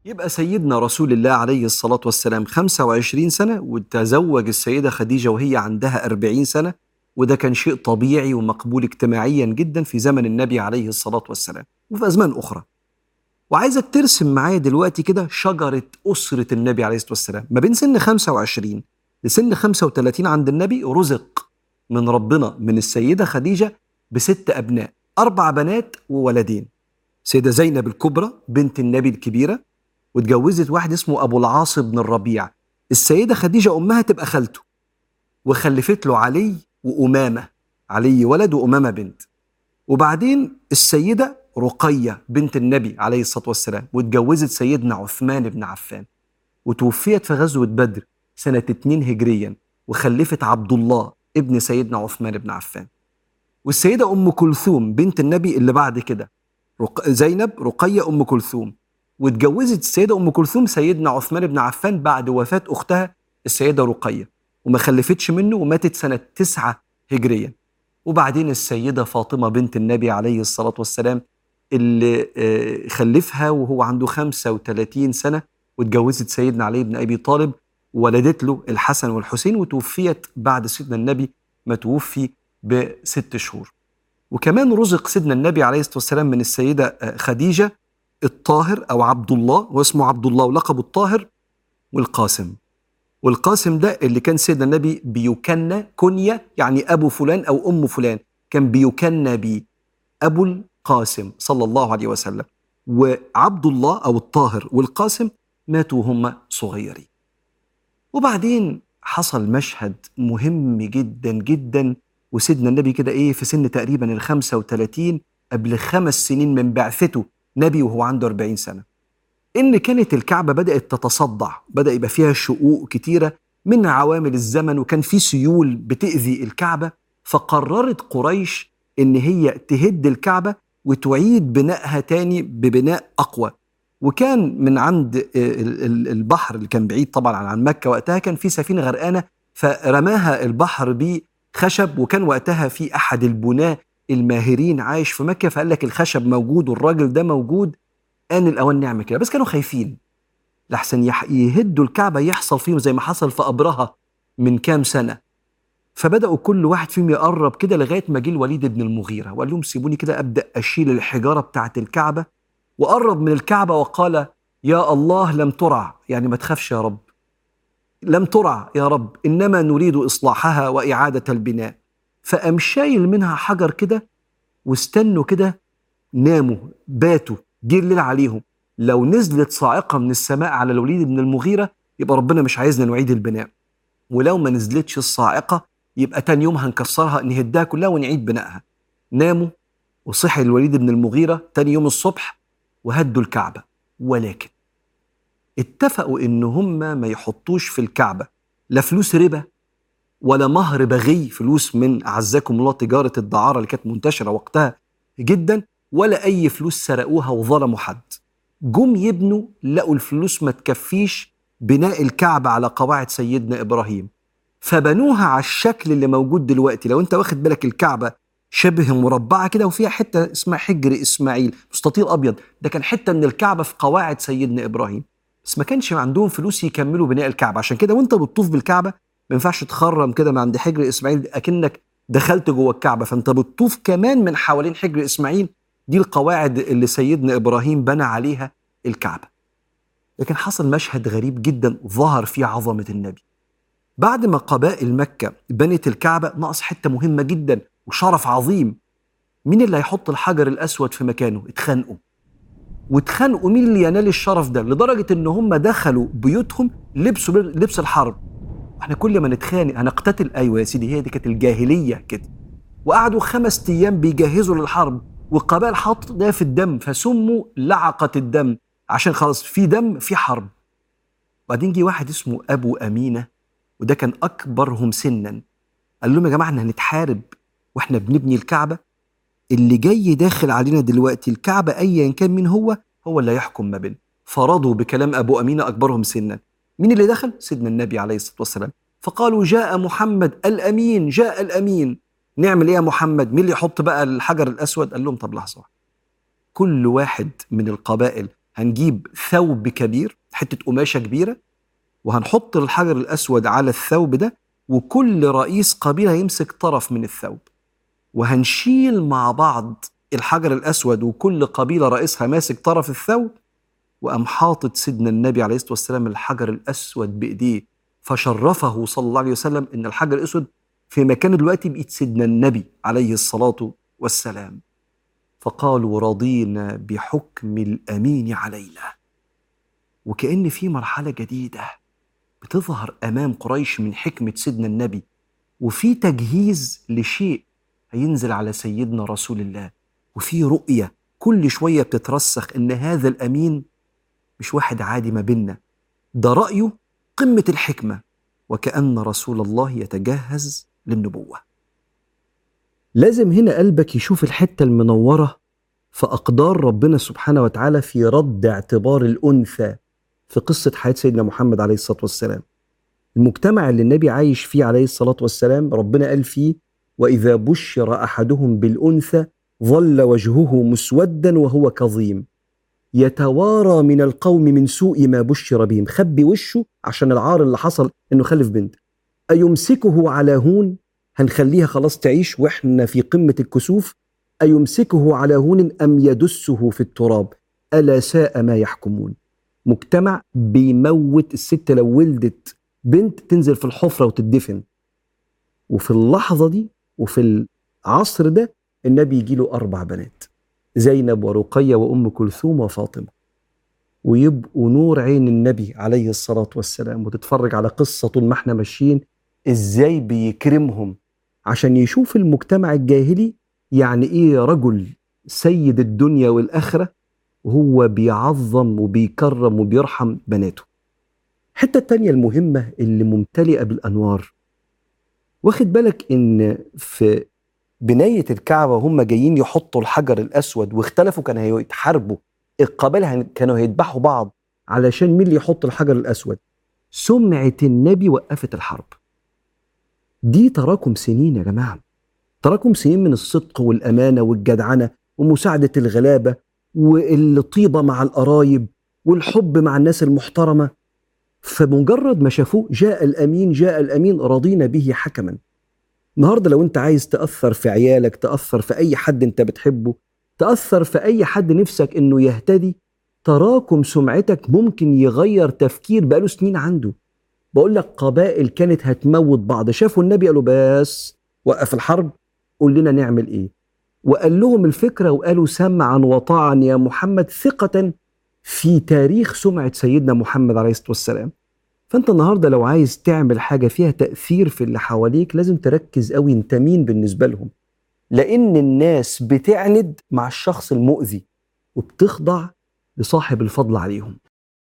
يبقى سيدنا رسول الله عليه الصلاة والسلام 25 سنة، وتزوج السيدة خديجة وهي عندها 40 سنة. وده كان شيء طبيعي ومقبول اجتماعيا جدا في زمن النبي عليه الصلاة والسلام وفي أزمان أخرى. وعايزك ترسم معايا دلوقتي كده شجرة أسرة النبي عليه الصلاة والسلام ما بين سن 25 لسن 35. عند النبي رزق من ربنا من السيدة خديجة بست أبناء، 4 بنات وولدين. سيدة زينب الكبرى بنت النبي الكبيرة، واتجوزت واحد اسمه أبو العاص بن الربيع. السيدة خديجة أمها تبقى خالته، وخلفت له علي وأمامة، علي ولد وأمامة بنت. وبعدين السيدة رقية بنت النبي عليه الصلاة والسلام، واتجوزت سيدنا عثمان بن عفان، وتوفيت في غزوة بدر سنة 2 هجريا، وخلفت عبد الله ابن سيدنا عثمان بن عفان. والسيدة أم كلثوم بنت النبي اللي بعد كده، زينب رقية أم كلثوم، واتجوزت السيدة أم كلثوم سيدنا عثمان بن عفان بعد وفاة أختها السيدة رقية، وما خلفتش منه وماتت سنة 9 هجريا. وبعدين السيدة فاطمة بنت النبي عليه الصلاة والسلام اللي خلفها وهو عنده 35 سنة، واتجوزت سيدنا علي بن أبي طالب، وولدت له الحسن والحسين، وتوفيت بعد سيدنا النبي ما توفي ب6 شهور. وكمان رزق سيدنا النبي عليه الصلاة والسلام من السيدة خديجة الطاهر أو عبد الله، واسمه عبد الله ولقبه الطاهر، والقاسم. والقاسم ده اللي كان سيدنا النبي بيكنى كنية، يعني أبو فلان أو أم فلان، كان بيكنى بيه أبو القاسم صلى الله عليه وسلم. وعبد الله أو الطاهر والقاسم ماتوا هم صغيرين. وبعدين حصل مشهد مهم جدا جدا، وسيدنا النبي كده في سن تقريبا 35 قبل 5 سنين من بعثته نبي وهو عنده 40 سنة، إن كانت الكعبة بدأت تتصدع، بدأ يبقى فيها شقوق كتيرة من عوامل الزمن، وكان في سيول بتأذي الكعبة. فقررت قريش إن هي تهد الكعبة وتعيد بنائها تاني ببناء أقوى. وكان من عند البحر اللي كان بعيد طبعا عن مكة وقتها، كان في سفينة غرقانة، فرماها البحر بخشب، وكان وقتها في أحد البناة الماهرين عايش في مكة، فقال لك الخشب موجود والراجل ده موجود، آن الأوان نعمل كده. بس كانوا خايفين لحسن يهدوا الكعبة يحصل فيهم زي ما حصل في أبرهة من كام سنة. فبدأوا كل واحد فيهم يقرب كده لغاية ما جه الوليد بن المغيرة وقال لهم سيبوني كده أبدأ أشيل الحجارة بتاعة الكعبة. وقرب من الكعبة وقال يا الله لم ترع، يعني ما تخافش يا رب، لم ترع يا رب، إنما نريد إصلاحها وإعادة البناء. فقام شايل منها حجر كده، واستنوا كده، ناموا باتوا، جه الليل عليهم. لو نزلت صاعقة من السماء على الوليد بن المغيرة يبقى ربنا مش عايزنا نعيد البناء، ولو ما نزلتش الصاعقة يبقى تاني يوم هنكسرها نهدها كلها ونعيد بنائها. ناموا، وصحي الوليد بن المغيرة تاني يوم الصبح وهدوا الكعبة. ولكن اتفقوا ان هم ما يحطوش في الكعبة لا فلوس ربا ولا مهر بغي، فلوس من أعزكم الله تجارة الدعارة اللي كانت منتشرة وقتها جدا، ولا أي فلوس سرقوها وظلموا حد. جم يبنوا لقوا الفلوس ما تكفيش بناء الكعبة على قواعد سيدنا إبراهيم، فبنوها على الشكل اللي موجود دلوقتي. لو انت واخد بالك الكعبة شبه مربعة كده، وفيها حتة اسمها حجر إسماعيل، مستطيل أبيض، ده كان حتة من الكعبة في قواعد سيدنا إبراهيم. بس ما كانش عندهم فلوس يكملوا بناء الكعبة، عشان كده وانت بتطوف بالكعبة ما ينفعش تخرم كده من عند حجر إسماعيل أكنك دخلت جوه الكعبة، فانت بتطوف كمان من حوالين حجر إسماعيل. دي القواعد اللي سيدنا إبراهيم بنى عليها الكعبة. لكن حصل مشهد غريب جدا ظهر فيه عظمة النبي. بعد ما قبائل مكة بنت الكعبة ناقص حتة مهمة جدا وشرف عظيم. مين اللي هيحط الحجر الأسود في مكانه؟ واتخانقوا مين اللي ينال الشرف ده، لدرجة ان هم دخلوا بيوتهم لبسوا لبس الحرب. احنا كل ما نتخانق هنقتتل؟ ايوه يا سيدي، هي دي كانت الجاهلية كده. وقعدوا 5 أيام بيجهزوا للحرب، والقبائل حطت ده في الدم، فسموا لعقة الدم، عشان خلاص في دم في حرب. وبعدين جه واحد اسمه أبو أمينة، وده كان أكبرهم سنا، قال لهم يا جماعة احنا هنتحارب واحنا بنبني الكعبة، اللي جاي داخل علينا دلوقتي الكعبة أيا كان مين هو اللي هيحكم ما بين. فرضوا بكلام أبو أمينة أكبرهم سنا. مين اللي دخل؟ سيدنا النبي عليه الصلاة والسلام. فقالوا جاء محمد الأمين، جاء الأمين. نعمل إيه يا محمد؟ مين اللي يحط بقى الحجر الأسود؟ قال لهم طب لحظة، كل واحد من القبائل هنجيب ثوب كبير، حتة قماشة كبيرة، وهنحط الحجر الأسود على الثوب ده، وكل رئيس قبيلة يمسك طرف من الثوب، وهنشيل مع بعض الحجر الأسود وكل قبيلة رئيسها ماسك طرف الثوب، وقام حاطط سيدنا النبي عليه الصلاة والسلام الحجر الأسود بإيديه، فشرفه صلى الله عليه وسلم إن الحجر الأسود في مكان دلوقتي بإيد سيدنا النبي عليه الصلاة والسلام. فقالوا رضينا بحكم الأمين علينا. وكأن في مرحلة جديدة بتظهر أمام قريش من حكمة سيدنا النبي، وفي تجهيز لشيء هينزل على سيدنا رسول الله، وفي رؤية كل شوية بتترسخ إن هذا الأمين مش واحد عادي ما بيننا، ده رأيه قمة الحكمة، وكأن رسول الله يتجهز للنبوة. لازم هنا قلبك يشوف الحتة المنورة في أقدار ربنا سبحانه وتعالى في رد اعتبار الأنثى في قصة حياة سيدنا محمد عليه الصلاة والسلام. المجتمع اللي النبي عايش فيه عليه الصلاة والسلام ربنا قال فيه: وإذا بشر أحدهم بالأنثى ظل وجهه مسودا وهو كظيم يتوارى من القوم من سوء ما بشر به. مخبي وشه عشان العار اللي حصل إنه خلف بنت. أيمسكه على هون، هنخليها خلاص تعيش وإحنا في قمة الكسوف، أيمسكه على هون أم يدسه في التراب ألا ساء ما يحكمون. مجتمع بيموت الست لو ولدت بنت تنزل في الحفرة وتدفن. وفي اللحظة دي وفي العصر ده النبي يجيله 4 بنات، زينب ورقية وأم كلثوم وفاطمة، ويبقوا نور عين النبي عليه الصلاة والسلام. وتتفرج على قصة طول ما احنا ماشيين ازاي بيكرمهم، عشان يشوف المجتمع الجاهلي يعني ايه رجل سيد الدنيا والآخرة وهو بيعظم وبيكرم وبيرحم بناته. الحتة التانية المهمة اللي ممتلئة بالأنوار، واخد بالك إن في بناية الكعبة هم جايين يحطوا الحجر الأسود واختلفوا، كانوا هيتحاربوا القبائل، كانوا هيذبحوا بعض علشان مين اللي يحط الحجر الأسود. سمعة النبي وقفت الحرب دي. تراكم سنين يا جماعة، تراكم سنين من الصدق والأمانة والجدعنة ومساعدة الغلابة والطيبة مع القرايب والحب مع الناس المحترمة. فمجرد ما شافوه جاء الأمين، جاء الأمين رضينا به حكما. النهاردة لو انت عايز تأثر في عيالك، تأثر في أي حد انت بتحبه، تأثر في أي حد نفسك انه يهتدي، تراكم سمعتك ممكن يغير تفكير بقاله سنين عنده. بقول لك قبائل كانت هتموت بعض، شافوا النبي قالوا بس وقف الحرب، قول لنا نعمل ايه. وقال لهم الفكرة وقالوا سمعا وطاعا يا محمد، ثقة في تاريخ سمعة سيدنا محمد عليه الصلاة والسلام. فأنت النهاردة لو عايز تعمل حاجة فيها تأثير في اللي حواليك لازم تركز قوي انت مين بالنسبة لهم، لأن الناس بتعند مع الشخص المؤذي وبتخضع لصاحب الفضل عليهم.